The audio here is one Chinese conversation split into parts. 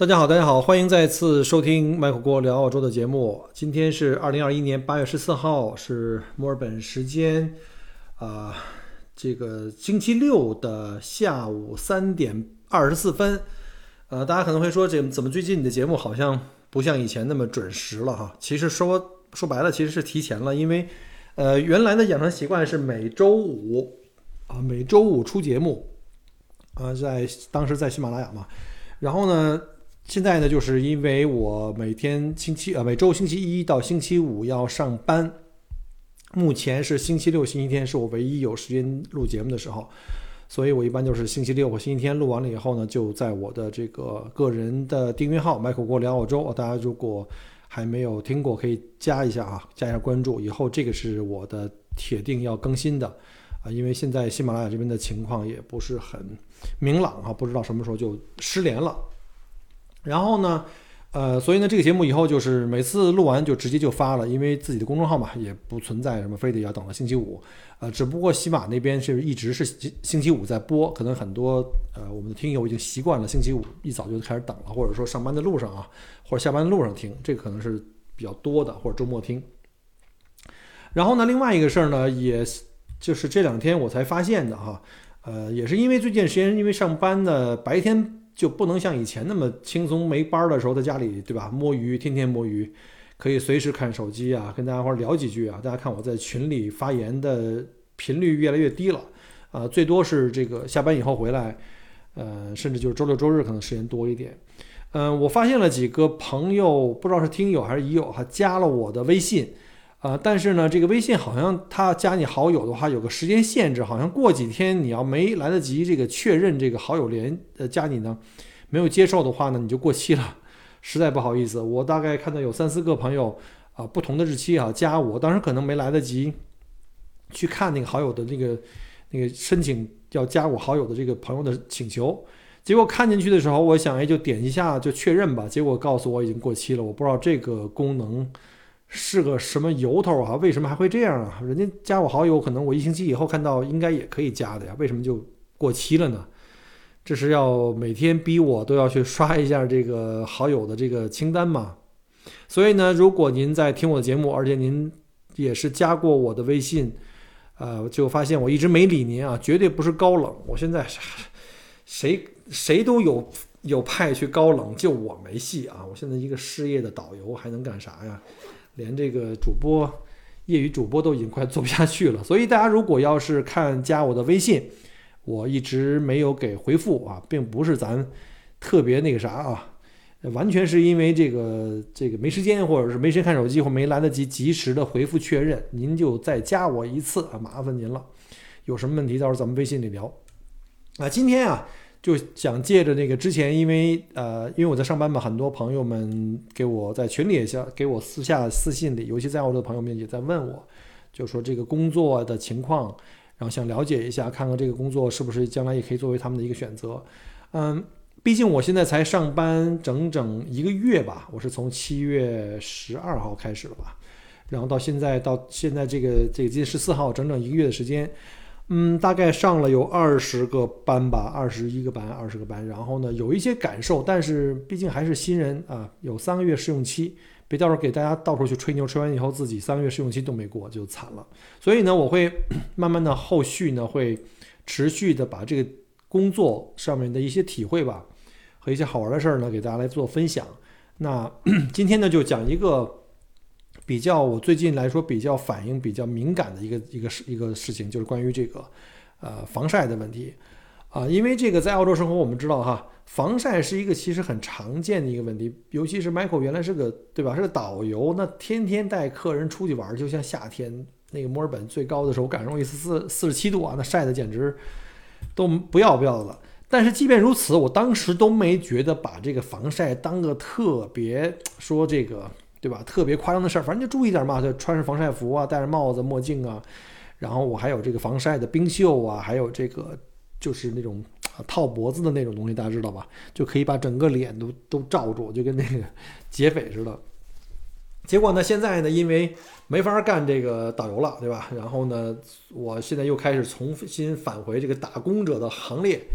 大家好，大家好，欢迎再次收听麦克锅聊澳洲的节目。今天是2021年8月14号，是墨尔本时间，这个星期六的下午3点24分。大家可能会说，这怎么最近你的节目好像不像以前那么准时了哈？其实说白了，其实是提前了，因为原来的养成习惯是每周五出节目当时在喜马拉雅嘛，然后呢。现在呢，就是因为我每周星期一到星期五要上班，目前是星期六、星期天是我唯一有时间录节目的时候，所以我一般就是星期六或星期天录完了以后呢，就在我的这个个人的订阅号麦克锅聊澳洲，大家如果还没有听过，可以加一下关注，以后这个是我的铁定要更新的因为现在喜马拉雅这边的情况也不是很明朗不知道什么时候就失联了。然后呢，所以呢，这个节目以后就是每次录完就直接就发了，因为自己的公众号嘛，也不存在什么非得要等到星期五，只不过喜马那边是一直是星期五在播，可能很多我们的听友已经习惯了星期五一早就开始等了，或者说上班的路上或者下班的路上听，这个可能是比较多的，或者周末听。然后呢，另外一个事儿呢，也就是这2天我才发现的也是因为最近时间，因为上班的白天。就不能像以前那么轻松，没班的时候在家里，对吧？摸鱼，天天摸鱼，可以随时看手机跟大家伙聊几句大家看我在群里发言的频率越来越低了最多是这个下班以后回来，甚至就是周六周日可能时间多一点。我发现了几个朋友，不知道是听友还是已友加了我的微信。但是呢，这个微信好像他加你好友的话有个时间限制，好像过几天你要没来得及这个确认这个好友加你呢，没有接受的话呢，你就过期了，实在不好意思。我大概看到有3-4个朋友不同的日期加我，当时可能没来得及去看那个好友的那个申请要加我好友的这个朋友的请求，结果看进去的时候，我想就点一下就确认吧，结果告诉我已经过期了，我不知道这个功能。是个什么由头为什么还会这样人家加我好友，可能我1星期以后看到应该也可以加的呀，为什么就过期了呢？这是要每天逼我都要去刷一下这个好友的这个清单嘛？所以呢，如果您在听我的节目，而且您也是加过我的微信，就发现我一直没理您绝对不是高冷，我现在谁都有派去高冷，就我没戏我现在一个失业的导游还能干啥呀？连这个业余主播都已经快做不下去了，所以大家如果要是加我的微信，我一直没有给回复并不是咱特别那个啥完全是因为这个没时间，或者是没时间看手机，或没来得及及时的回复确认，您就再加我一次麻烦您了。有什么问题到时候咱们微信里聊。今天就想借着那个之前，因为我在上班嘛，很多朋友们给我在群里也给我私下私信里，尤其在澳洲的朋友们也在问我，就说这个工作的情况，然后想了解一下，看看这个工作是不是将来也可以作为他们的一个选择。毕竟我现在才上班整整1个月吧，我是从7月12号开始了吧，然后到现在这个今天14号，整整1个月的时间。大概上了有20个班吧，21个班，20个班。然后呢，有一些感受，但是毕竟还是新人有3个月试用期，别到时候给大家到处去吹牛，吹完以后自己3个月试用期都没过，就惨了。所以呢，我会慢慢的后续呢，会持续的把这个工作上面的一些体会吧，和一些好玩的事儿呢，给大家来做分享。那今天呢，就讲一个。我最近来说比较反应比较敏感的一个事情，就是关于这个防晒的问题因为这个在澳洲生活，我们知道防晒是一个其实很常见的一个问题，尤其是 Michael 原来是个导游，那天天带客人出去玩，就像夏天那个墨尔本最高的时候赶上一次47度那晒的简直都不要的了。但是即便如此，我当时都没觉得把这个防晒当个特别说这个。对吧？特别夸张的事儿，反正就注意点嘛，就穿上防晒服戴着帽子、墨镜然后我还有这个防晒的冰袖还有这个就是那种套脖子的那种东西，大家知道吧？就可以把整个脸都罩住，就跟那个劫匪似的。结果呢，现在呢，因为没法干这个导游了，对吧？然后呢，我现在又开始重新返回这个打工者的行列。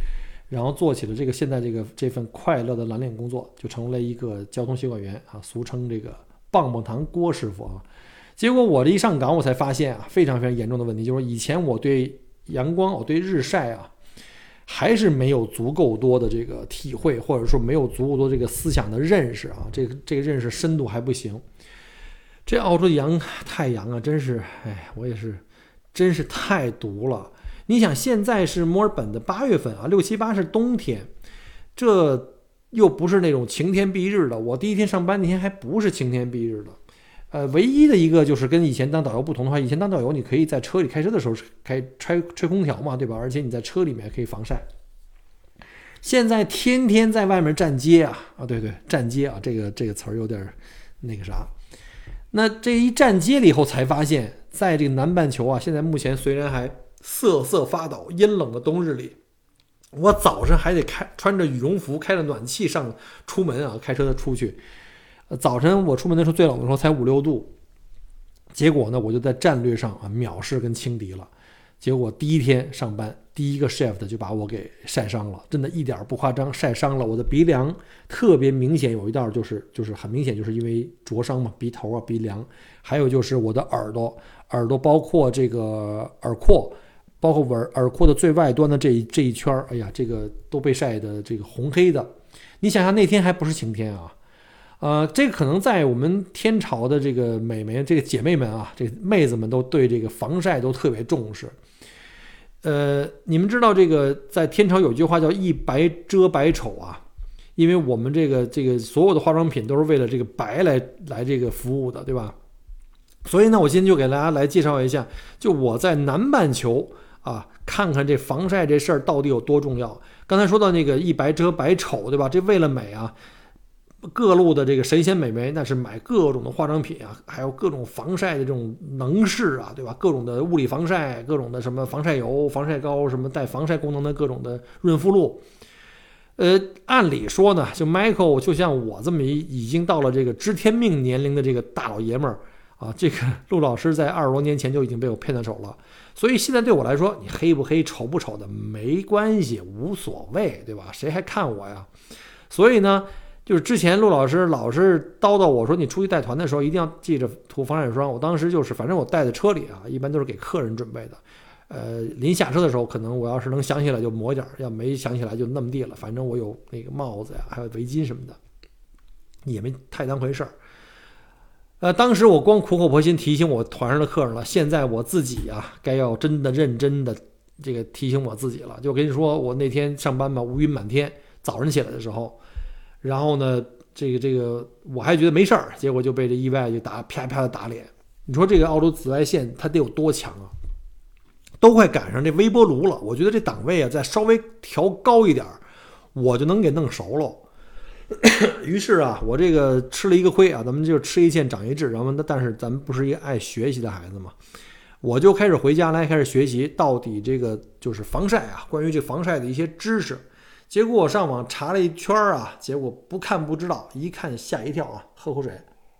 然后做起了现在这份快乐的蓝领工作，就成为了一个交通协管员啊，俗称这个棒棒糖郭师傅啊。结果我这一上岗，我才发现啊，非常非常严重的问题，就是以前我对阳光，我对日晒啊，还是没有足够多的这个体会，或者说没有足够多这个思想的认识啊，这个认识深度还不行。这澳洲太阳啊，真是，我也是，真是太毒了。你想，现在是墨尔本的8月份啊，6、7、8是冬天，这又不是那种晴天蔽日的。我第一天上班那天还不是晴天蔽日的。唯一的一个就是跟以前当导游不同的话，以前当导游你可以在车里开车的时候吹空调嘛，对吧？而且你在车里面可以防晒。现在天天在外面站街啊，对，站街啊，这个词儿有点那个啥。那这一站街了以后，才发现，在这个南半球啊，现在目前虽然还瑟瑟发抖，阴冷的冬日里，我早上还得穿着羽绒服，开着暖气出门啊，开车出去。早晨我出门的时候最冷的时候才5、6度，结果呢，我就在战略上啊藐视跟轻敌了。结果第一天上班，第一个 shift 就把我给晒伤了，真的一点不夸张，晒伤了。我的鼻梁特别明显，有一道就是很明显，就是因为灼伤嘛，鼻头啊、鼻梁，还有就是我的耳朵包括这个耳廓，包括耳廓的最外端的这一圈，哎呀，这个都被晒的这个红黑的。你想想那天还不是晴天啊，这个可能在我们天朝的这个这个姐妹们啊，这个妹子们都对这个防晒都特别重视。你们知道这个在天朝有句话叫一白遮百丑啊，因为我们这个所有的化妆品都是为了这个白来这个服务的，对吧？所以呢，我今天就给大家来介绍一下，就我在南半球啊，看看这防晒这事儿到底有多重要。刚才说到那个一白遮百丑，对吧？这为了美啊，各路的这个神仙美眉那是买各种的化妆品啊，还有各种防晒的这种能事啊，对吧？各种的物理防晒，各种的什么防晒油、防晒膏，什么带防晒功能的各种的润肤露。按理说呢，就 Michael 就像我这么已经到了这个知天命年龄的这个大老爷们儿啊，这个陆老师在20多年前就已经被我骗到手了。所以现在对我来说，你黑不黑、丑不丑的没关系，无所谓，对吧？谁还看我呀？所以呢，就是之前陆老师老是叨叨我说，你出去带团的时候一定要记着涂防晒霜。我当时就是反正我带在车里啊，一般都是给客人准备的。临下车的时候，可能我要是能想起来就抹点，要没想起来就那么地了。反正我有那个帽子呀，还有围巾什么的，也没太当回事儿。当时我光苦口婆心提醒我团上的客人了，现在我自己啊，该要真的认真的这个提醒我自己了。就跟你说，我那天上班吧，乌云满天，早上起来的时候，然后呢，这个我还觉得没事儿，结果就被这意外就啪啪的打脸。你说这个澳洲紫外线它得有多强啊？都快赶上这微波炉了，我觉得这档位啊再稍微调高一点，我就能给弄熟了。于是啊，我这个吃了一个亏啊，咱们就吃一堑长一智，然后但是咱们不是一个爱学习的孩子嘛，我就开始回家来开始学习到底这个就是防晒啊，关于这防晒的一些知识。结果我上网查了一圈啊，结果不看不知道，一看吓一跳啊，喝口水。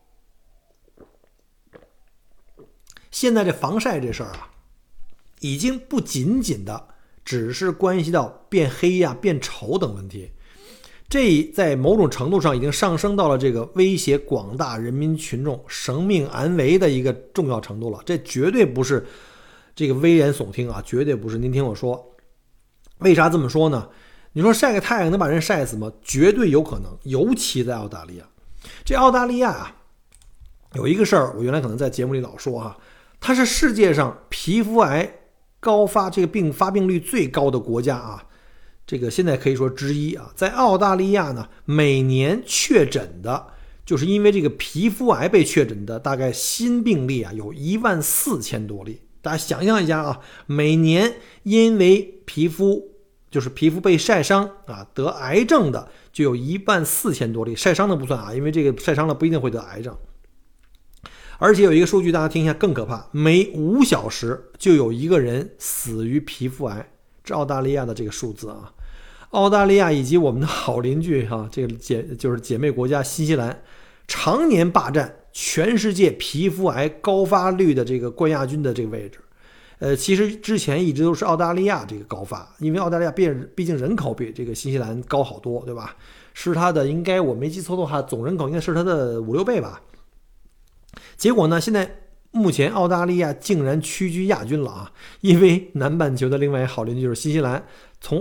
现在这防晒这事儿啊，已经不仅仅的只是关系到变黑呀、变丑等问题，这在某种程度上已经上升到了这个威胁广大人民群众生命安危的一个重要程度了。这绝对不是这个危言耸听啊，绝对不是。您听我说，为啥这么说呢？你说晒个太阳能把人晒死吗？绝对有可能，尤其在澳大利亚。这澳大利亚啊，有一个事儿，我原来可能在节目里老说哈，它是世界上皮肤癌这个发病率最高的国家啊。这个现在可以说之一啊，在澳大利亚呢，每年确诊的，就是因为这个皮肤癌被确诊的，大概新病例啊有14000多例。大家想象一下啊，每年因为皮肤被晒伤啊得癌症的就有14000多例，晒伤的不算啊，因为这个晒伤了不一定会得癌症。而且有一个数据大家听一下更可怕，每5小时就有一个人死于皮肤癌。这澳大利亚的这个数字啊，澳大利亚以及我们的好邻居啊，这个就是姐妹国家新西兰，常年霸占全世界皮肤癌高发率的这个冠亚军的这个位置。 其实之前一直都是澳大利亚这个高发，因为澳大利亚毕竟人口比这个新西兰高好多，对吧？是它的，应该我没记错的话，总人口应该是它的5-6倍吧。结果呢，现在目前澳大利亚竟然屈居亚军了啊！因为南半球的另外一个好邻居就是新西兰，从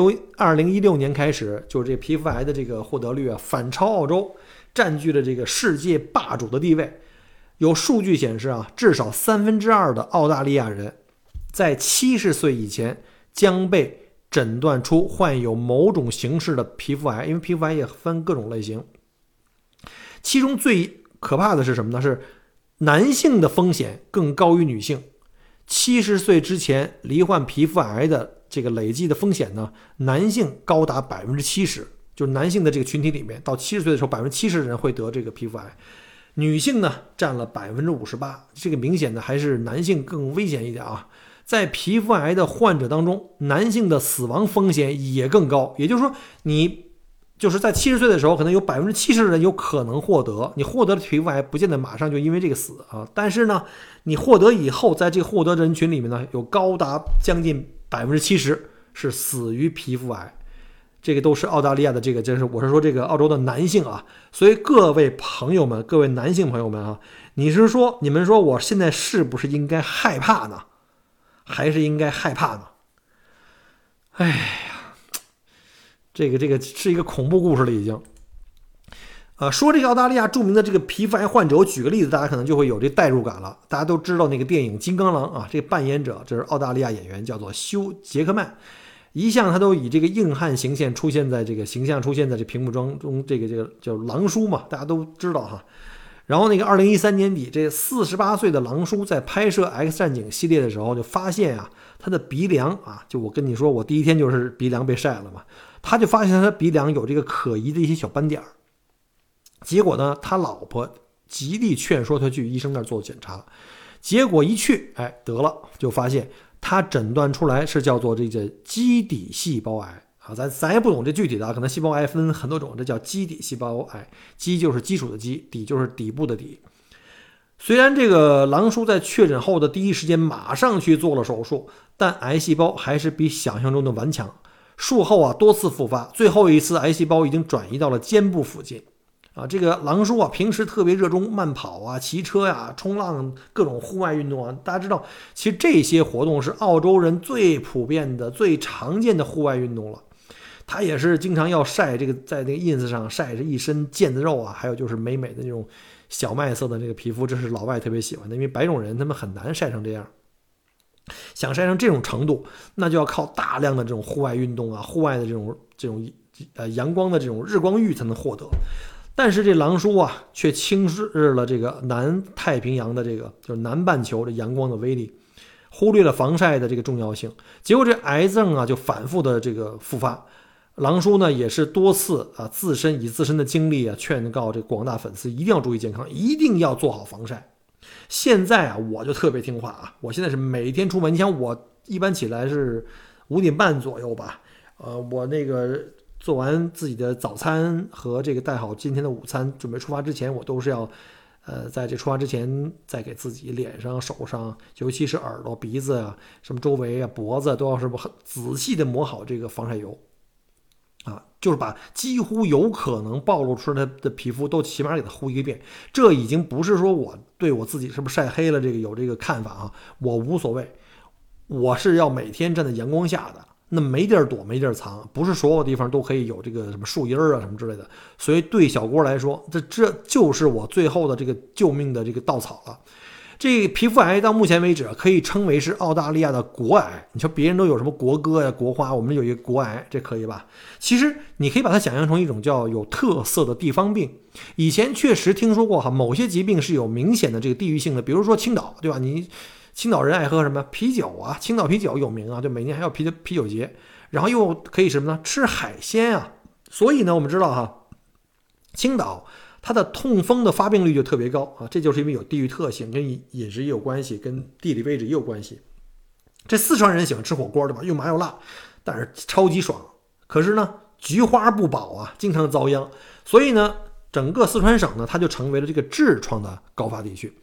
2016年开始，就是这个皮肤癌的这个获得率啊反超澳洲，占据了这个世界霸主的地位。有数据显示啊，至少2/3的澳大利亚人在70岁以前将被诊断出患有某种形式的皮肤癌，因为皮肤癌也分各种类型。其中最可怕的是什么呢？是男性的风险更高于女性。70岁之前罹患皮肤癌的这个累计的风险呢，男性高达70%，就是男性的这个群体里面，到70岁的时候，70%的人会得这个皮肤癌。女性呢占了58%，这个明显的还是男性更危险一点啊。在皮肤癌的患者当中，男性的死亡风险也更高。也就是说，你就是在70岁的时候，可能有70%的人有可能获得，你获得了皮肤癌，不见得马上就因为这个死啊。但是呢，你获得以后，在这个获得人群里面呢，有高达将近70%是死于皮肤癌。这个都是澳大利亚的这个，真是我是说这个澳洲的男性啊。所以各位朋友们，各位男性朋友们啊，你们说我现在是不是应该害怕呢？还是应该害怕呢？哎呀，这个是一个恐怖故事了已经。说这个澳大利亚著名的这个皮肤癌患者，我举个例子，大家可能就会有这代入感了。大家都知道那个电影《金刚狼》啊，这个扮演者这是澳大利亚演员，叫做休·杰克曼。一向他都以这个硬汉形象出现在这屏幕中，这个叫狼叔嘛，大家都知道哈。然后那个2013年底，这48岁的狼叔在拍摄 X 战警系列的时候，就发现啊，他的鼻梁啊，就我跟你说，我第一天就是鼻梁被晒了嘛，他就发现他的鼻梁有这个可疑的一些小斑点。结果呢，他老婆极力劝说他去医生那儿做检查，结果一去，得了，就发现他诊断出来是叫做这个基底细胞癌啊，咱也不懂这具体的，可能细胞癌分很多种，这叫基底细胞癌，基就是基础的基，底就是底部的底。虽然这个狼叔在确诊后的第一时间马上去做了手术，但癌细胞还是比想象中的顽强，术后啊多次复发，最后一次癌细胞已经转移到了肩部附近。这个狼叔啊，平时特别热衷慢跑啊、骑车呀、冲浪，各种户外运动啊。大家知道，其实这些活动是澳洲人最普遍的、最常见的户外运动了。他也是经常要晒这个，在那个 ins 上晒着一身腱子肉啊，还有就是美美的那种小麦色的这个皮肤，这是老外特别喜欢的，因为白种人他们很难晒成这样。想晒成这种程度，那就要靠大量的这种户外运动啊、户外的这种阳光的这种日光浴才能获得。但是这狼叔啊，却轻视了这个南太平洋的这个就是南半球的阳光的威力，忽略了防晒的这个重要性。结果这癌症啊就反复的这个复发。狼叔呢也是多次以自身的经历啊劝告这广大粉丝一定要注意健康，一定要做好防晒。现在啊我就特别听话啊，我现在是每天出门，你想我一般起来是5点半左右吧，我那个做完自己的早餐和这个带好今天的午餐，准备出发之前，我都是要，在这出发之前再给自己脸上、手上，尤其是耳朵、鼻子啊，什么周围啊、脖子都要是很仔细的抹好这个防晒油，就是把几乎有可能暴露出来的皮肤都起码给它糊一遍。这已经不是说我对我自己是不是晒黑了有这个看法啊，我无所谓，我是要每天站在阳光下的。那没地儿躲没地儿藏，不是所有地方都可以有这个什么树荫啊什么之类的，所以对小郭来说，这就是我最后的这个救命的这个稻草了。这皮肤癌到目前为止可以称为是澳大利亚的国癌。你说别人都有什么国歌呀、国花，我们有一个国癌，这可以吧？其实你可以把它想象成一种叫有特色的地方病。以前确实听说过某些疾病是有明显的这个地域性的，比如说青岛，对吧？青岛人爱喝什么啤酒啊？青岛啤酒有名啊，对，每年还有啤酒节，然后又可以什么呢？吃海鲜啊。所以呢，我们知道青岛它的痛风的发病率就特别高啊，这就是因为有地域特性，跟饮食也有关系，跟地理位置也有关系。这四川人喜欢吃火锅，对吧？又麻又辣，但是超级爽。可是呢，菊花不保啊，经常遭殃。所以呢，整个四川省呢，它就成为了这个痔疮的高发地区。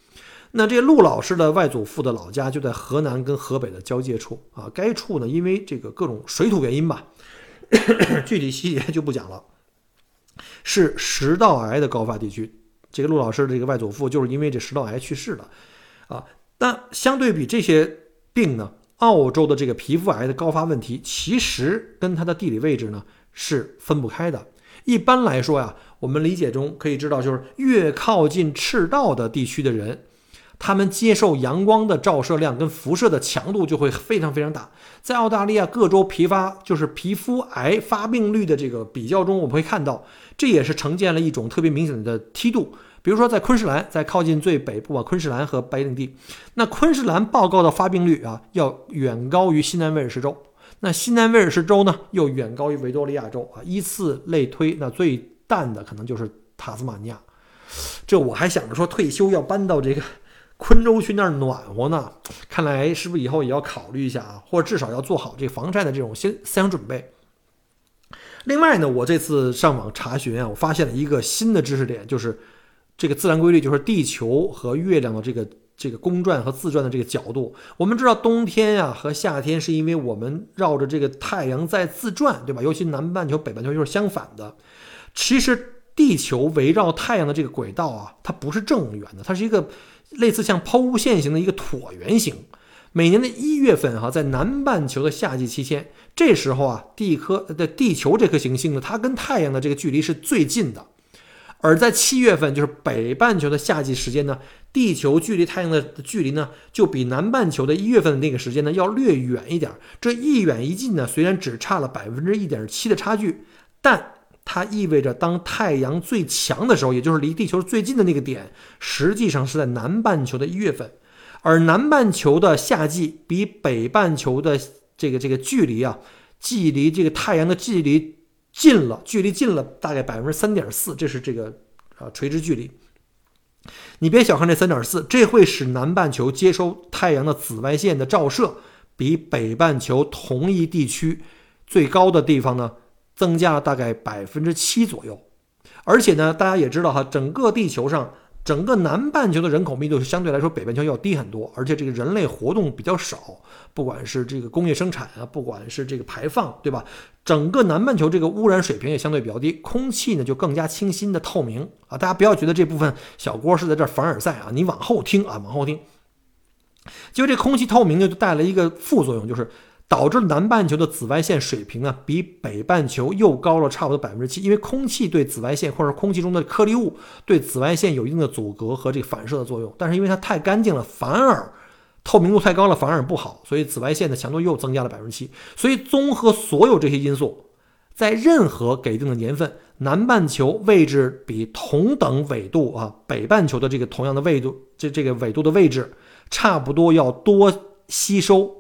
那这陆老师的外祖父的老家就在河南跟河北的交界处啊，该处呢因为这个各种水土原因吧，具体细节就不讲了，是食道癌的高发地区。这个陆老师的这个外祖父就是因为这食道癌去世的啊。但相对比这些病呢，澳洲的这个皮肤癌的高发问题其实跟它的地理位置呢是分不开的。一般来说呀，我们理解中可以知道，就是越靠近赤道的地区的人，他们接受阳光的照射量跟辐射的强度就会非常非常大。在澳大利亚各州皮肤癌发病率的这个比较中，我们会看到，这也是呈现了一种特别明显的梯度。比如说在昆士兰，在靠近最北部啊，昆士兰和北领地，那昆士兰报告的发病率啊，要远高于西南威尔士州。那西南威尔士州呢，又远高于维多利亚州啊，依次类推，那最淡的可能就是塔斯马尼亚。这我还想着说退休要搬到这个昆州去那儿暖和呢，看来是不是以后也要考虑一下啊，或者至少要做好这个防晒的这种思想准备。另外呢，我这次上网查询啊，我发现了一个新的知识点，就是这个自然规律，就是地球和月亮的这个公转和自转的这个角度。我们知道冬天啊和夏天是因为我们绕着这个太阳在自转，对吧？尤其南半球北半球又是相反的。其实地球围绕太阳的这个轨道啊，它不是正圆的，它是一个类似像抛物线型的一个椭圆形。每年的1月份在南半球的夏季期间，这时候啊，地球这颗行星呢，它跟太阳的这个距离是最近的。而在7月份，就是北半球的夏季时间呢，地球距离太阳的距离呢，就比南半球的1月份的那个时间呢要略远一点。这一远一近呢，虽然只差了 1.7% 的差距，但它意味着当太阳最强的时候，也就是离地球最近的那个点，实际上是在南半球的1月份。而南半球的夏季比北半球的这个距离啊，距离这个太阳的距离近了大概 3.4%， 这是这个垂直距离。你别小看这 3.4%， 这会使南半球接收太阳的紫外线的照射比北半球同一地区最高的地方呢增加了大概 7% 左右。而且呢，大家也知道整个地球上整个南半球的人口密度相对来说北半球要低很多，而且这个人类活动比较少，不管是这个工业生产啊，不管是这个排放，对吧？整个南半球这个污染水平也相对比较低，空气呢就更加清新的透明啊。大家不要觉得这部分小郭是在这凡尔赛啊，你往后听。就这空气透明呢，就带来一个副作用，就是导致南半球的紫外线水平呢比北半球又高了差不多 7%， 因为空气对紫外线或者空气中的颗粒物对紫外线有一定的阻隔和这个反射的作用，但是因为它太干净了，反而透明度太高了，反而不好，所以紫外线的强度又增加了 7%。 所以综合所有这些因素，在任何给定的年份，南半球位置比同等纬度北半球的这个同样的纬度这个纬度的位置差不多要多吸收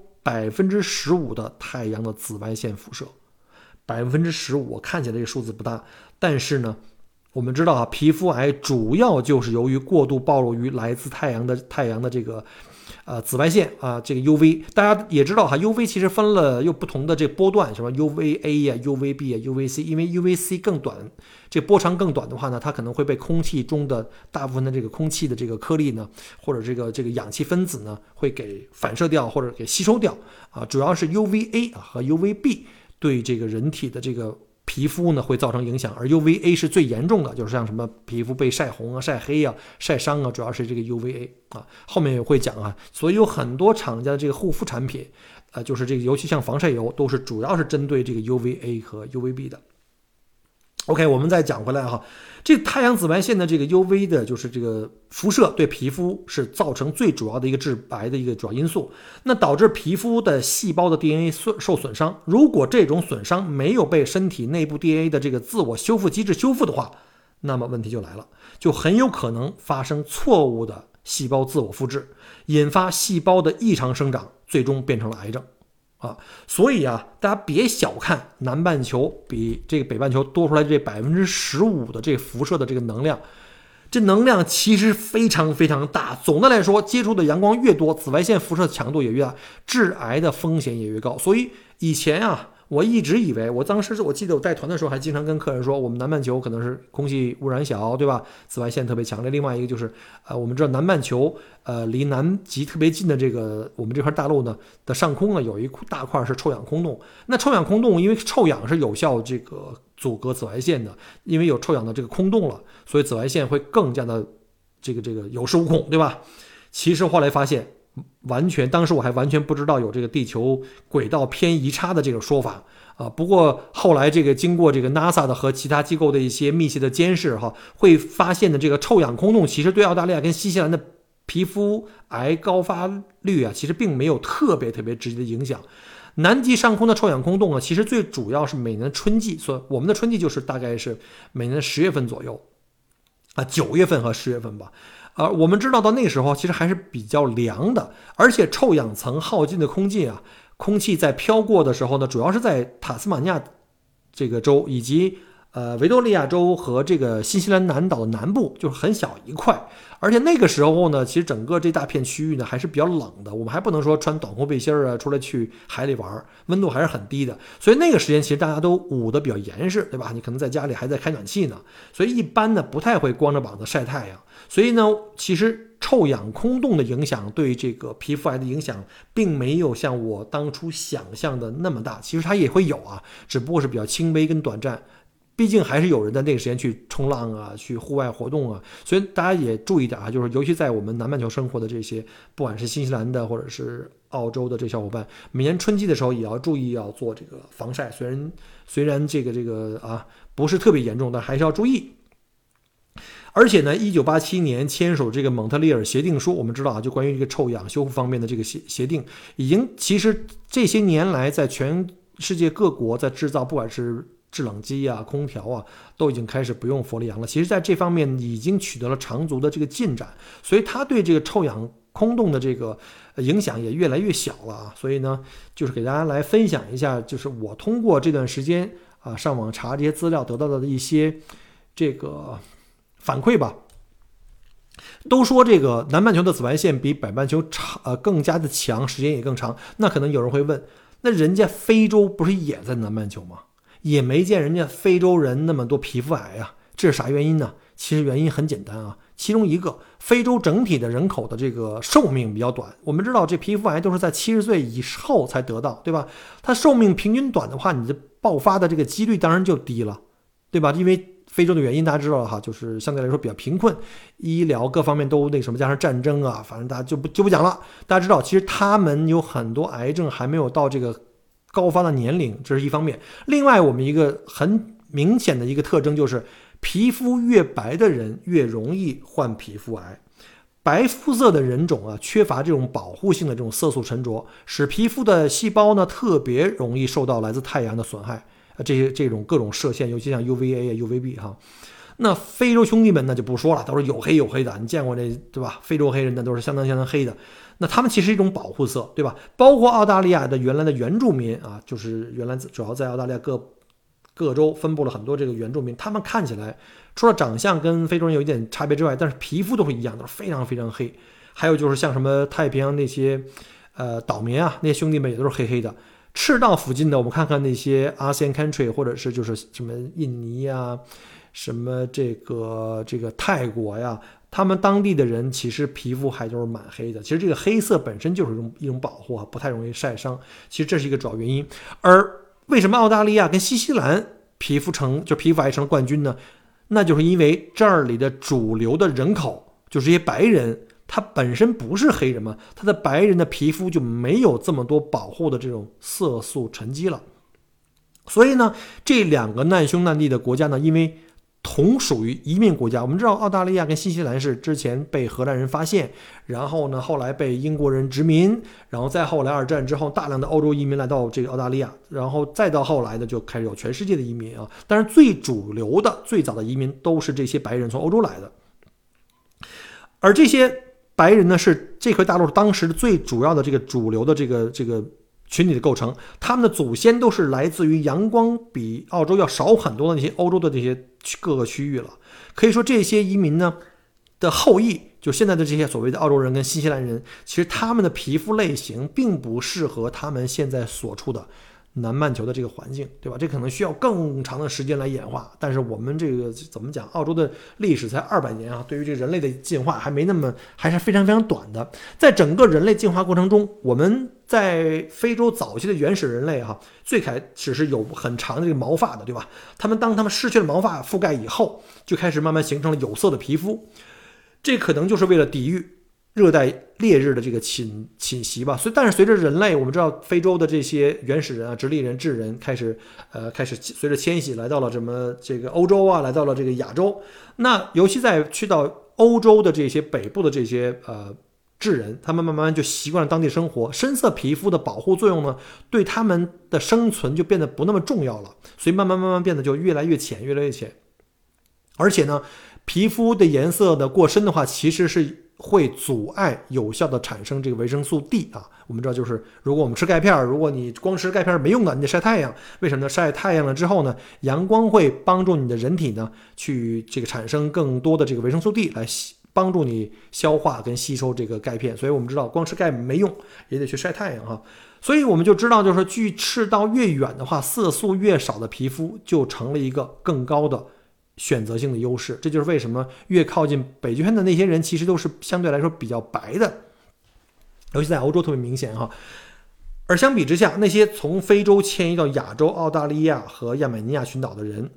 15%的太阳的紫外线辐射。15%，我看起来这个数字不大，但是呢，我们知道皮肤癌主要就是由于过度暴露于来自太阳的这个紫外线这个 UV。 大家也知道UV 其实分了又不同的这个波段，什么 UVA 呀、UVB 呀、UVC。 因为 UVC 更短，这个波长更短的话呢，它可能会被空气中的大部分的这个空气的这个颗粒呢，或者这个氧气分子呢，会给反射掉或者给吸收掉主要是 UVA 和 UVB 对这个人体的这个皮肤呢会造成影响，而 UVA 是最严重的，就是像什么皮肤被晒红晒黑晒伤主要是这个 UVA 后面也会讲所以有很多厂家的这个护肤产品就是这个尤其像防晒油都是主要是针对这个 UVA 和 UVB 的。OK， 我们再讲回来这个太阳紫外线的这个 UV 的就是这个辐射对皮肤是造成最主要的一个致白的一个主要因素，那导致皮肤的细胞的 DNA 受损伤。如果这种损伤没有被身体内部 DNA 的这个自我修复机制修复的话，那么问题就来了，就很有可能发生错误的细胞自我复制，引发细胞的异常生长，最终变成了癌症所以大家别小看南半球比这个北半球多出来这 15% 的这个辐射的这个能量，这能量其实非常非常大。总的来说，接触的阳光越多，紫外线辐射强度也越大，致癌的风险也越高。所以以前我一直以为，我当时我记得我带团的时候还经常跟客人说，我们南半球可能是空气污染小，对吧？紫外线特别强烈。另外一个就是，我们知道南半球离南极特别近的这个我们这块大陆呢的上空呢有一大块是臭氧空洞。那臭氧空洞因为臭氧是有效这个阻隔紫外线的，因为有臭氧的这个空洞了，所以紫外线会更加的这个有恃无恐，对吧？其实后来发现。当时我还完全不知道有这个地球轨道偏移差的这个说法不过后来这个经过这个 NASA 的和其他机构的一些密切的监视会发现的这个臭氧空洞其实对澳大利亚跟新西兰的皮肤癌高发率其实并没有特别直接的影响。南极上空的臭氧空洞其实最主要是每年的春季，所以我们的春季就是大概是每年的10月份左右9月份和10月份吧。我们知道到那个时候其实还是比较凉的，而且臭氧层耗尽的空气在飘过的时候呢，主要是在塔斯马尼亚这个州以及维多利亚州和这个新西兰南岛的南部，就是很小一块。而且那个时候呢，其实整个这大片区域呢还是比较冷的，我们还不能说穿短裤背心出来去海里玩，温度还是很低的。所以那个时间其实大家都捂得比较严实，对吧？你可能在家里还在开暖气呢，所以一般呢不太会光着膀子晒太阳。所以呢，其实臭氧空洞的影响对这个皮肤癌的影响并没有像我当初想象的那么大，其实它也会有只不过是比较轻微跟短暂。毕竟还是有人在那个时间去冲浪去户外活动所以大家也注意点就是尤其在我们南半球生活的这些，不管是新西兰的或者是澳洲的这小伙伴，每年春季的时候也要注意要做这个防晒。虽然这个不是特别严重，但还是要注意。而且呢，1987年签署这个蒙特利尔协定书，我们知道就关于这个臭氧修复方面的这个协定，已经其实这些年来在全世界各国在制造，不管是制冷机空调都已经开始不用氟利昂了。其实在这方面已经取得了长足的这个进展，所以它对这个臭氧空洞的这个影响也越来越小了所以呢，就是给大家来分享一下，就是我通过这段时间上网查这些资料得到的一些这个反馈吧。都说这个南半球的紫外线比北半球更加的强，时间也更长。那可能有人会问，那人家非洲不是也在南半球吗？也没见人家非洲人那么多皮肤癌这是啥原因呢？其实原因很简单其中一个，非洲整体的人口的这个寿命比较短。我们知道这皮肤癌都是在70岁以后才得到，对吧？它寿命平均短的话，你的爆发的这个几率当然就低了，对吧？因为非洲的原因大家知道了就是相对来说比较贫困，医疗各方面都那什么，加上战争反正大家就不讲了。大家知道其实他们有很多癌症还没有到这个高发的年龄，这是一方面。另外我们一个很明显的一个特征就是皮肤越白的人越容易患皮肤癌。白肤色的人种缺乏这种保护性的这种色素沉着，使皮肤的细胞呢特别容易受到来自太阳的损害，这种各种射线，尤其像 UVA、UVB 那非洲兄弟们那就不说了，都是有黑的，你见过这对吧？非洲黑人那都是相当黑的。那他们其实是一种保护色，对吧？包括澳大利亚的原来的原住民就是原来主要在澳大利亚各州分布了很多这个原住民，他们看起来除了长相跟非洲人有一点差别之外，但是皮肤都是一样，都是非常黑。还有就是像什么太平洋那些岛民那些兄弟们也都是黑的。赤道附近的我们看看那些 ASEAN country 或者是就是什么印尼什么这个泰国他们当地的人其实皮肤还都是蛮黑的。其实这个黑色本身就是一种保护不太容易晒伤，其实这是一个主要原因。而为什么澳大利亚跟新西兰皮肤癌成了冠军呢？那就是因为这里的主流的人口就是这些白人，他本身不是黑人嘛，他的白人的皮肤就没有这么多保护的这种色素沉积了。所以呢，这两个难兄难弟的国家呢，因为同属于移民国家。我们知道澳大利亚跟新西兰是之前被荷兰人发现，然后呢后来被英国人殖民，然后再后来二战之后大量的欧洲移民来到这个澳大利亚，然后再到后来呢就开始有全世界的移民但是最主流的最早的移民都是这些白人从欧洲来的。而这些白人呢是这块大陆当时最主要的这个主流的这个群体的构成，他们的祖先都是来自于阳光比澳洲要少很多的那些欧洲的这些各个区域了。可以说这些移民呢的后裔，就现在的这些所谓的澳洲人跟新西兰人，其实他们的皮肤类型并不适合他们现在所处的南半球的这个环境，对吧？这可能需要更长的时间来演化，但是我们这个怎么讲？澳洲的历史才200年啊，对于这人类的进化还是非常非常短的。在整个人类进化过程中，我们在非洲早期的原始人类最开始是有很长的这个毛发的，对吧？当他们失去了毛发覆盖以后，就开始慢慢形成了有色的皮肤，这可能就是为了抵御热带烈日的这个侵袭吧。但是随着人类，我们知道非洲的这些原始人啊、直立人、智人开始随着迁徙来到了这个欧洲啊，来到了这个亚洲。那尤其在去到欧洲的这些北部的这些智人，他们慢慢就习惯了当地生活，深色皮肤的保护作用呢，对他们的生存就变得不那么重要了，所以慢慢变得就越来越浅，越来越浅。而且呢，皮肤的颜色的过深的话，其实是会阻碍有效的产生这个维生素 D 啊。我们知道，就是如果我们吃钙片，如果你光吃钙片没用的，你得晒太阳。为什么呢？晒太阳了之后呢，阳光会帮助你的人体呢，去这个产生更多的这个维生素 D 来帮助你消化跟吸收这个钙片。所以我们知道，光吃钙没用，也得去晒太阳哈。所以我们就知道，就是说，距赤道越远的话，色素越少的皮肤就成了一个更高的选择性的优势。这就是为什么越靠近北极圈的那些人其实都是相对来说比较白的，尤其在欧洲特别明显哈。而相比之下，那些从非洲迁移到亚洲、澳大利亚和亚美尼亚群岛的人，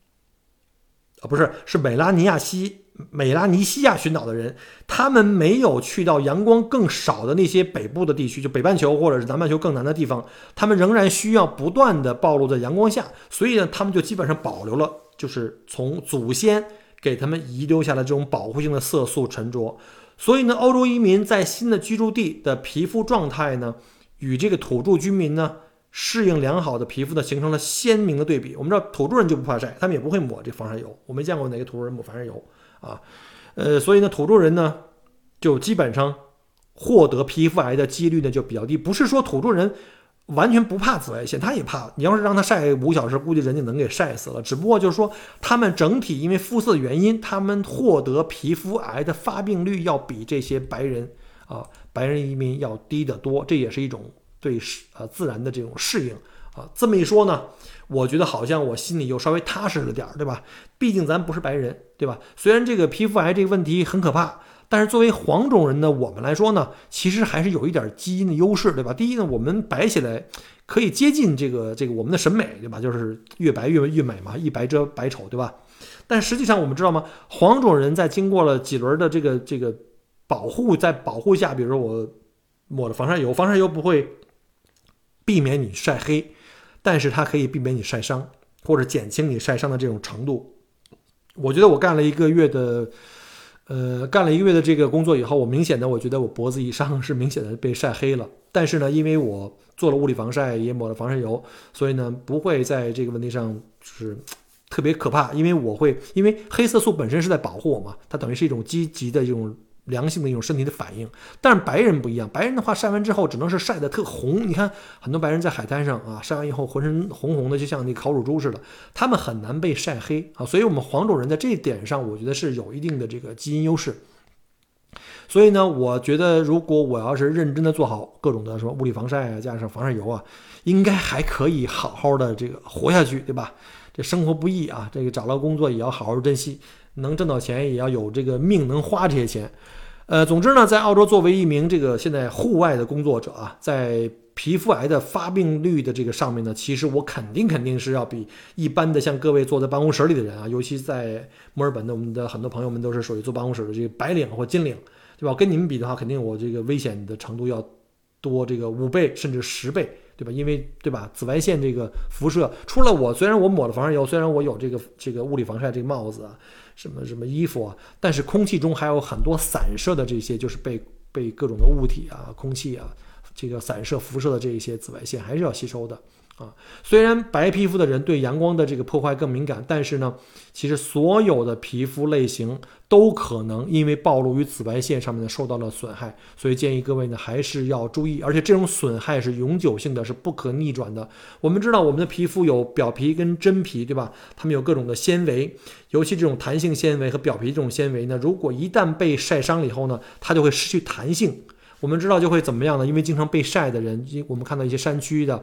是美拉尼西亚群岛的人，他们没有去到阳光更少的那些北部的地区，就北半球或者是南半球更南的地方，他们仍然需要不断的暴露在阳光下，所以呢，他们就基本上保留了就是从祖先给他们遗留下来这种保护性的色素沉着。所以呢，欧洲移民在新的居住地的皮肤状态呢，与这个土著居民呢适应良好的皮肤呢形成了鲜明的对比。我们知道土著人就不怕晒，他们也不会抹这防晒油，我没见过哪个土著人抹防晒油啊。所以呢，土著人呢就基本上获得皮肤癌的几率呢就比较低。不是说土著人完全不怕紫外线，他也怕，你要是让他晒5小时，估计人家能给晒死了。只不过就是说，他们整体因为肤色的原因，他们获得皮肤癌的发病率要比这些白人移民要低得多。这也是一种对自然的这种适应啊。这么一说呢，我觉得好像我心里又稍微踏实了点，对吧？毕竟咱不是白人，对吧？虽然这个皮肤癌这个问题很可怕，但是作为黄种人呢，我们来说呢，其实还是有一点基因的优势，对吧？第一呢，我们白起来可以接近这个我们的审美，对吧？就是越白越美嘛，一白遮百丑，对吧？但实际上我们知道吗？黄种人在经过了几轮的这个保护，在保护下，比如说我抹了防晒油，防晒油不会避免你晒黑，但是它可以避免你晒伤，或者减轻你晒伤的这种程度。我觉得我干了一个月的这个工作以后，我明显的我觉得我脖子以上是明显的被晒黑了。但是呢，因为我做了物理防晒，也抹了防晒油，所以呢不会在这个问题上就是特别可怕。因为黑色素本身是在保护我嘛，它等于是一种积极的这种良性的一种身体的反应。但是白人不一样，白人的话晒完之后只能是晒得特红。你看很多白人在海滩上啊，晒完以后浑身红红的，就像那烤乳猪似的，他们很难被晒黑啊。所以我们黄种人在这一点上，我觉得是有一定的这个基因优势。所以呢，我觉得如果我要是认真的做好各种的什么物理防晒啊，加上防晒油啊，应该还可以好好的这个活下去，对吧？这生活不易啊，这个找到工作也要好好珍惜，能挣到钱也要有这个命能花这些钱。总之呢，在澳洲作为一名这个现在户外的工作者啊，在皮肤癌的发病率的这个上面呢，其实我肯定是要比一般的像各位坐在办公室里的人啊，尤其在墨尔本的我们的很多朋友们都是属于坐办公室的这个白领或金领，对吧？跟你们比的话，肯定我这个危险的程度要多这个5倍甚至10倍，对吧？因为对吧，紫外线这个辐射，除了我虽然我抹了防晒油，虽然我有这个物理防晒这个帽子啊，什么衣服啊，但是空气中还有很多散射的这些，就是被各种的物体啊、空气啊这个散射辐射的这一些紫外线还是要吸收的啊。虽然白皮肤的人对阳光的这个破坏更敏感，但是呢，其实所有的皮肤类型都可能因为暴露于紫外线上面呢受到了损害，所以建议各位呢还是要注意，而且这种损害是永久性的，是不可逆转的。我们知道我们的皮肤有表皮跟真皮，对吧？它们有各种的纤维，尤其这种弹性纤维和表皮这种纤维呢，如果一旦被晒伤了以后呢，它就会失去弹性。我们知道就会怎么样呢？因为经常被晒的人，我们看到一些山区的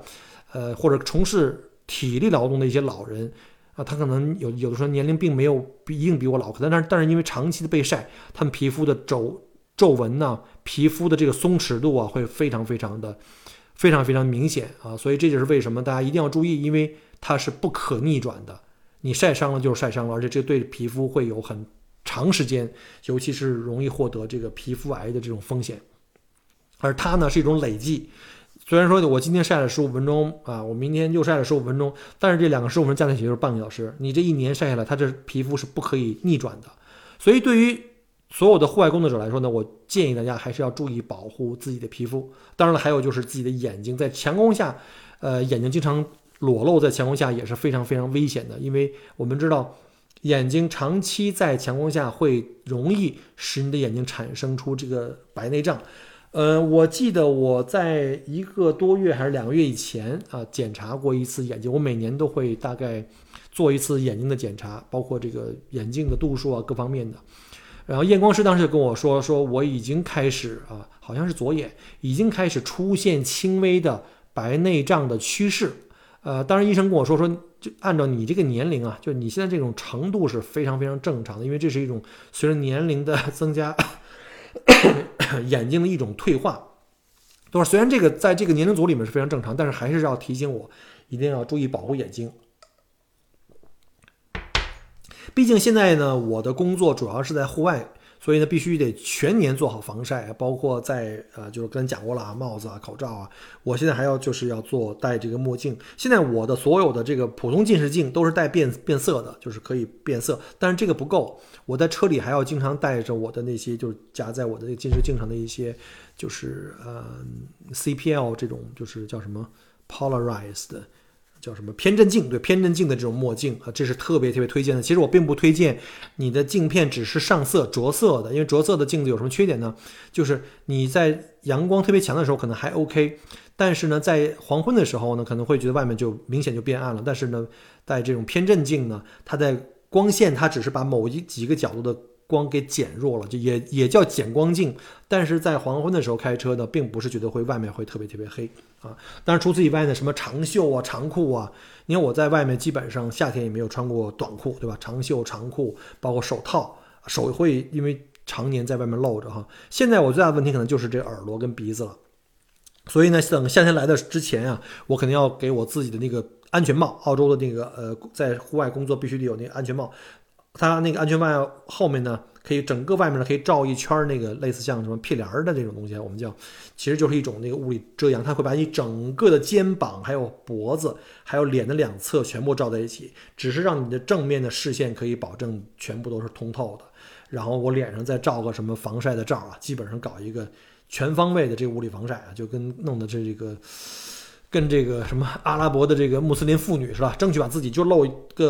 或者从事体力劳动的一些老人啊，他可能有的时候年龄并没有一定比我老，但是因为长期的被晒，他们皮肤的皱纹呢，皮肤的这个松弛度啊，会非常明显啊，所以这就是为什么大家一定要注意，因为它是不可逆转的，你晒伤了就是晒伤了，而且这对皮肤会有很长时间，尤其是容易获得这个皮肤癌的这种风险。而它呢是一种累计，虽然说我今天晒了15分钟啊，我明天又晒了15分钟，但是这2个15分钟加在一起就是半个小时，你这一年晒下来，它这皮肤是不可以逆转的。所以对于所有的户外工作者来说呢，我建议大家还是要注意保护自己的皮肤。当然了，还有就是自己的眼睛，在强光下，眼睛经常裸露在强光下也是非常危险的，因为我们知道眼睛长期在强光下会容易使你的眼睛产生出这个白内障。我记得我在1个多月还是2个月以前啊，检查过一次眼睛。我每年都会大概做一次眼睛的检查，包括这个眼镜的度数啊，各方面的。然后验光师当时就跟我说我已经开始啊，好像是左眼已经开始出现轻微的白内障的趋势。当然医生跟我说就按照你这个年龄啊，就你现在这种程度是非常正常的，因为这是一种随着年龄的增加眼睛的一种退化。都是虽然这个在这个年龄组里面是非常正常，但是还是要提醒我一定要注意保护眼睛。毕竟现在呢，我的工作主要是在户外，所以呢必须得全年做好防晒，包括在就是跟讲过了帽子啊、口罩啊。我现在还要戴这个墨镜。现在我的所有的这个普通近视镜都是带变色的，就是可以变色，但是这个不够。我在车里还要经常带着我的那些就是夹在我的近视镜上的一些就是CPL 这种就是叫什么 polarized 的。叫什么偏振镜？对，偏振镜的这种墨镜啊，这是特别推荐的。其实我并不推荐你的镜片只是上色着色的，因为着色的镜子有什么缺点呢？就是你在阳光特别强的时候可能还 OK， 但是呢，在黄昏的时候呢，可能会觉得外面就明显就变暗了。但是呢，在这种偏振镜呢，它在光线它只是把某几个角度的光给减弱了，就也叫减光镜。但是在黄昏的时候开车呢，并不是觉得外面会特别黑啊。当然除此以外呢，什么长袖啊、长裤啊，你看我在外面基本上夏天也没有穿过短裤，对吧？长袖、长裤，包括手套，手会因为常年在外面露着哈。现在我最大的问题可能就是这耳朵跟鼻子了。所以呢，等夏天来的之前啊，我肯定要给我自己的那个安全帽，澳洲的那个在户外工作必须得有那个安全帽。它那个安全帽后面呢，可以整个外面呢可以罩一圈那个类似像什么屁帘的这种东西，我们叫，其实就是一种那个物理遮阳，它会把你整个的肩膀、还有脖子、还有脸的2侧全部罩在一起，只是让你的正面的视线可以保证全部都是通透的。然后我脸上再罩个什么防晒的罩啊，基本上搞一个全方位的这个物理防晒啊，就跟弄的跟这个什么阿拉伯的这个穆斯林妇女是吧？争取把自己就露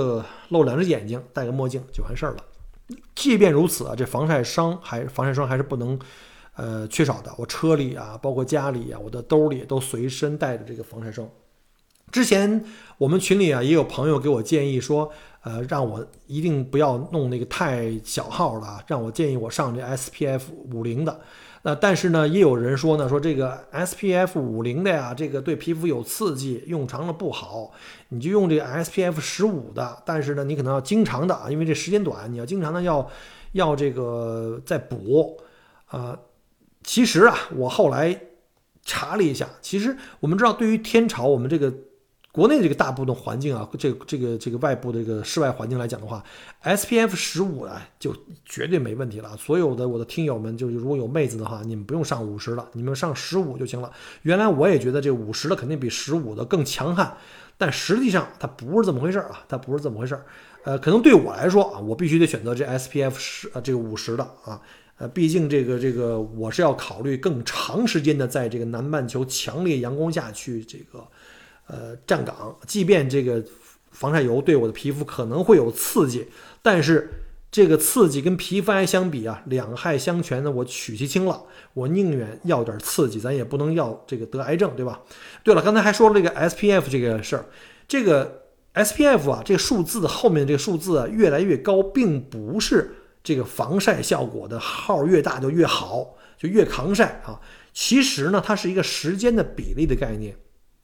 2只眼睛，戴个墨镜就完事儿了。即便如此啊，这防晒霜还是不能缺少的。我车里啊，包括家里啊，我的兜里都随身带着这个防晒霜。之前我们群里啊也有朋友给我建议说，让我一定不要弄那个太小号了，让我建议我上这 SPF 50的。但是呢，也有人说呢，说这个 SPF 50的呀，这个对皮肤有刺激，用长了不好，你就用这个 SPF 15的。但是呢，你可能要经常的，因为这时间短，你要经常的要这个再补其实啊，我后来查了一下，其实我们知道，对于天朝我们这个国内这个大部分环境啊，这个外部的这个室外环境来讲的话 ，SPF 15啊就绝对没问题了。所有的我的听友们，就如果有妹子的话，你们不用上50了，你们上15就行了。原来我也觉得这50的肯定比15的更强悍，但实际上它不是这么回事啊，它不是这么回事。可能对我来说啊，我必须得选择这 SPF 这个50的啊。毕竟这个我是要考虑更长时间的在这个南半球强烈阳光下去这个站岗，即便这个防晒油对我的皮肤可能会有刺激，但是这个刺激跟皮肤癌相比啊，两害相权呢，我取其轻了，我宁愿要点刺激，咱也不能要这个得癌症，对吧？对了，刚才还说了这个 SPF 这个事儿，这个 SPF 啊，这个数字的后面这个数字啊越来越高，并不是这个防晒效果的号越大就越好，就越抗晒啊。其实呢，它是一个时间的比例的概念。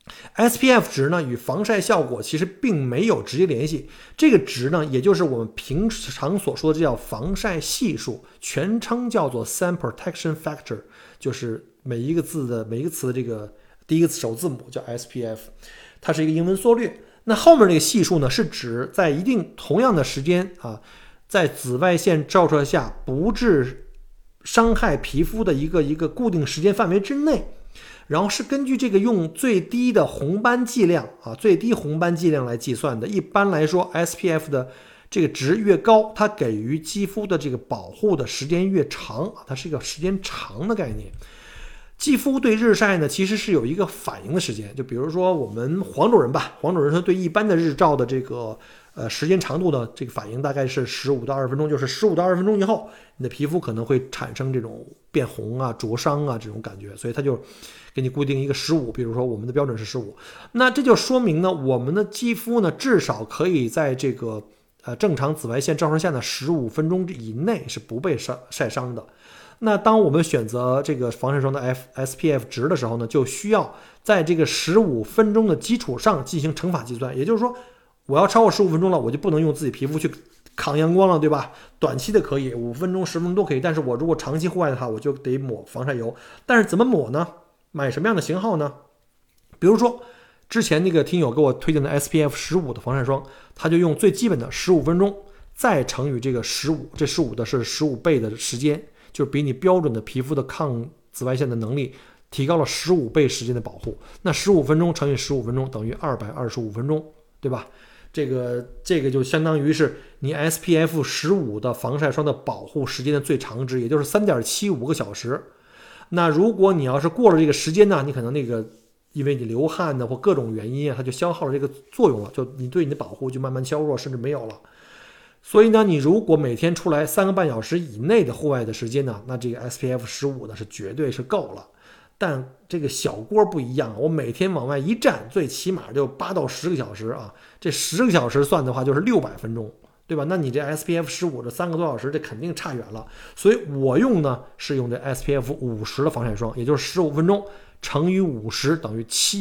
SPF 值呢与防晒效果其实并没有直接联系，这个值呢也就是我们平常所说的这叫防晒系数，全称叫做 Sun Protection Factor， 就是每一个词的这个第一个首字母叫 SPF， 它是一个英文缩略。那后面这个系数呢是指在一定同样的时间啊，在紫外线照射下不致伤害皮肤的一个固定时间范围之内，然后是根据这个用最低的红斑剂量啊，最低红斑剂量来计算的。一般来说 SPF 的这个值越高，它给予肌肤的这个保护的时间越长，它是一个时间长的概念。肌肤对日晒呢其实是有一个反应的时间，就比如说我们黄种人吧，黄种人他对一般的日照的这个时间长度的这个反应大概是15到20分钟，就是15到20分钟以后，你的皮肤可能会产生这种变红啊、灼伤啊这种感觉，所以它就给你固定一个15，比如说我们的标准是15。那这就说明呢，我们的肌肤呢至少可以在这个正常紫外线照射下的15分钟以内是不被晒伤的。那当我们选择这个防晒霜的 SPF 值的时候呢，就需要在这个15分钟的基础上进行乘法计算。也就是说，我要超过15分钟了，我就不能用自己皮肤去抗阳光了，对吧？短期的可以5分钟10分钟都可以，但是我如果长期户外的话，我就得抹防晒油。但是怎么抹呢？买什么样的型号呢？比如说之前那个听友给我推荐的 SPF 15的防晒霜，他就用最基本的15分钟再乘以这个15，这15的是15倍的时间，就是比你标准的皮肤的抗紫外线的能力提高了15倍时间的保护。那15分钟乘以15分钟等于225分钟，对吧？这个就相当于是你 SPF 15的防晒霜的保护时间的最长值，也就是 3.75 个小时。那如果你要是过了这个时间呢，你可能那个因为你流汗的或各种原因啊，它就消耗了这个作用了，就你对你的保护就慢慢削弱，甚至没有了。所以呢，你如果每天出来3个半小时以内的户外的时间呢，那这个 SPF 15呢是绝对是够了。但这个小锅不一样，我每天往外一站，最起码就8到10个小时啊，这10个小时算的话就是600分钟，对吧？那你这 SPF 15这3个多小时，这肯定差远了。所以我用呢是用这 SPF 50的防晒霜，也就是15分钟乘以50等于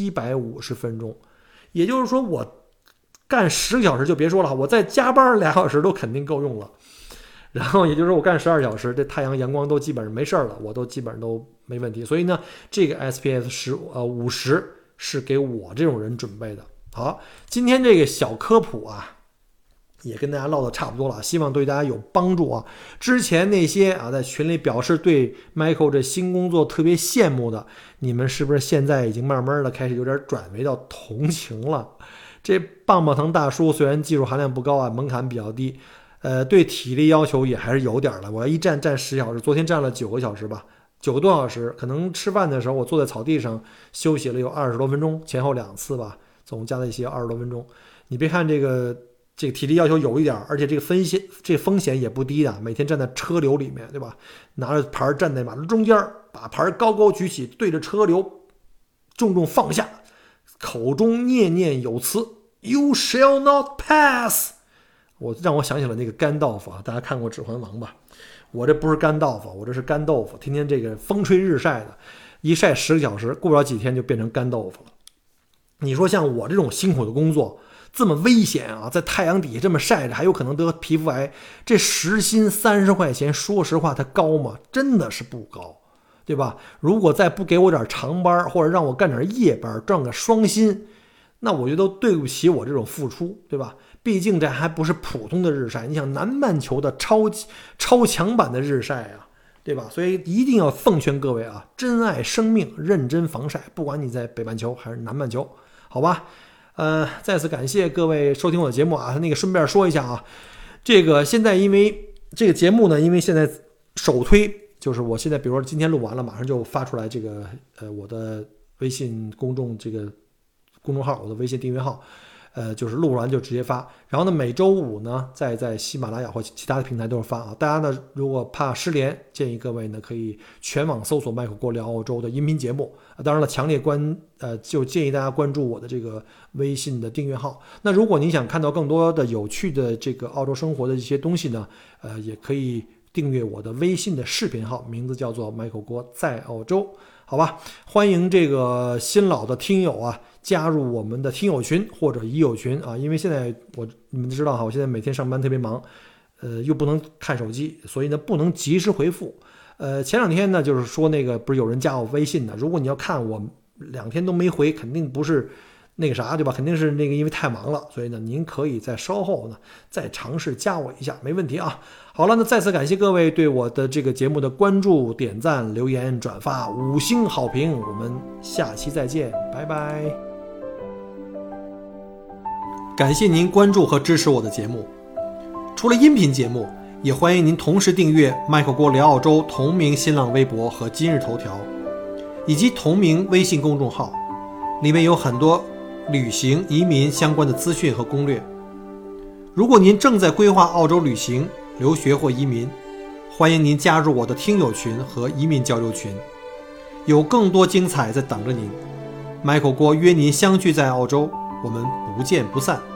750分钟。也就是说我干10个小时就别说了，我再加班2小时都肯定够用了。然后也就是说我干12小时，这太阳阳光都基本上没事了，我都基本上都没问题。所以呢，这个 SPF 50是给我这种人准备的。好，今天这个小科普啊，也跟大家唠的差不多了，希望对大家有帮助啊。之前那些啊在群里表示对 Michael 这新工作特别羡慕的，你们是不是现在已经慢慢的开始有点转为到同情了？这棒棒糖大叔虽然技术含量不高啊，门槛比较低，对体力要求也还是有点了。我要一站10小时，昨天站了9个小时吧，9个多小时。可能吃饭的时候我坐在草地上休息了有20多分钟，前后2次吧，总加在一起20多分钟。你别看这个体力要求有一点，而且这个风险也不低的。每天站在车流里面，对吧？拿着牌站在马路中间，把牌高高举起，对着车流重重放下，口中念念有词 You shall not pass。 让我想起了那个甘道夫啊，大家看过《指环王》吧？我这不是甘道夫，我这是干豆腐，天天这个风吹日晒的，一晒10个小时，过不了几天就变成干豆腐了。你说像我这种辛苦的工作这么危险啊，在太阳底下这么晒着，还有可能得皮肤癌，这时薪30块钱，说实话它高吗？真的是不高，对吧？如果再不给我点长班，或者让我干点夜班，赚个双薪，那我觉得都对不起我这种付出，对吧？毕竟这还不是普通的日晒，你想南半球的超强版的日晒啊，对吧？所以一定要奉劝各位啊，珍爱生命，认真防晒，不管你在北半球还是南半球，好吧？再次感谢各位收听我的节目啊。那个顺便说一下啊，这个现在因为这个节目呢，因为现在首推就是我现在比如说今天录完了，马上就发出来这个我的微信公众号，我的微信订阅号。就是录完就直接发，然后呢，每周5呢，在喜马拉雅或其他的平台都是发啊。大家呢，如果怕失联，建议各位呢可以全网搜索麦克锅聊澳洲的音频节目。当然了，强烈就建议大家关注我的这个微信的订阅号。那如果您想看到更多的有趣的这个澳洲生活的一些东西呢，也可以订阅我的微信的视频号，名字叫做 Michael 郭在澳洲，好吧？欢迎这个新老的听友啊，加入我们的听友群或者已友群啊，因为现在你们知道哈，我现在每天上班特别忙，又不能看手机，所以呢不能及时回复。前2天呢，就是说那个不是有人加我微信的，如果你要看我2天都没回，肯定不是那个啥，对吧？肯定是那个因为太忙了，所以呢，您可以在稍后呢再尝试加我一下，没问题啊。好了，那再次感谢各位对我的这个节目的关注、点赞、留言、转发、5星好评，我们下期再见，拜拜。感谢您关注和支持我的节目，除了音频节目，也欢迎您同时订阅麦克郭聊澳洲同名新浪微博和今日头条，以及同名微信公众号，里面有很多旅行、移民相关的资讯和攻略。如果您正在规划澳洲旅行、留学或移民，欢迎您加入我的听友群和移民交流群，有更多精彩在等着您。Michael 郭约您相聚在澳洲，我们不见不散。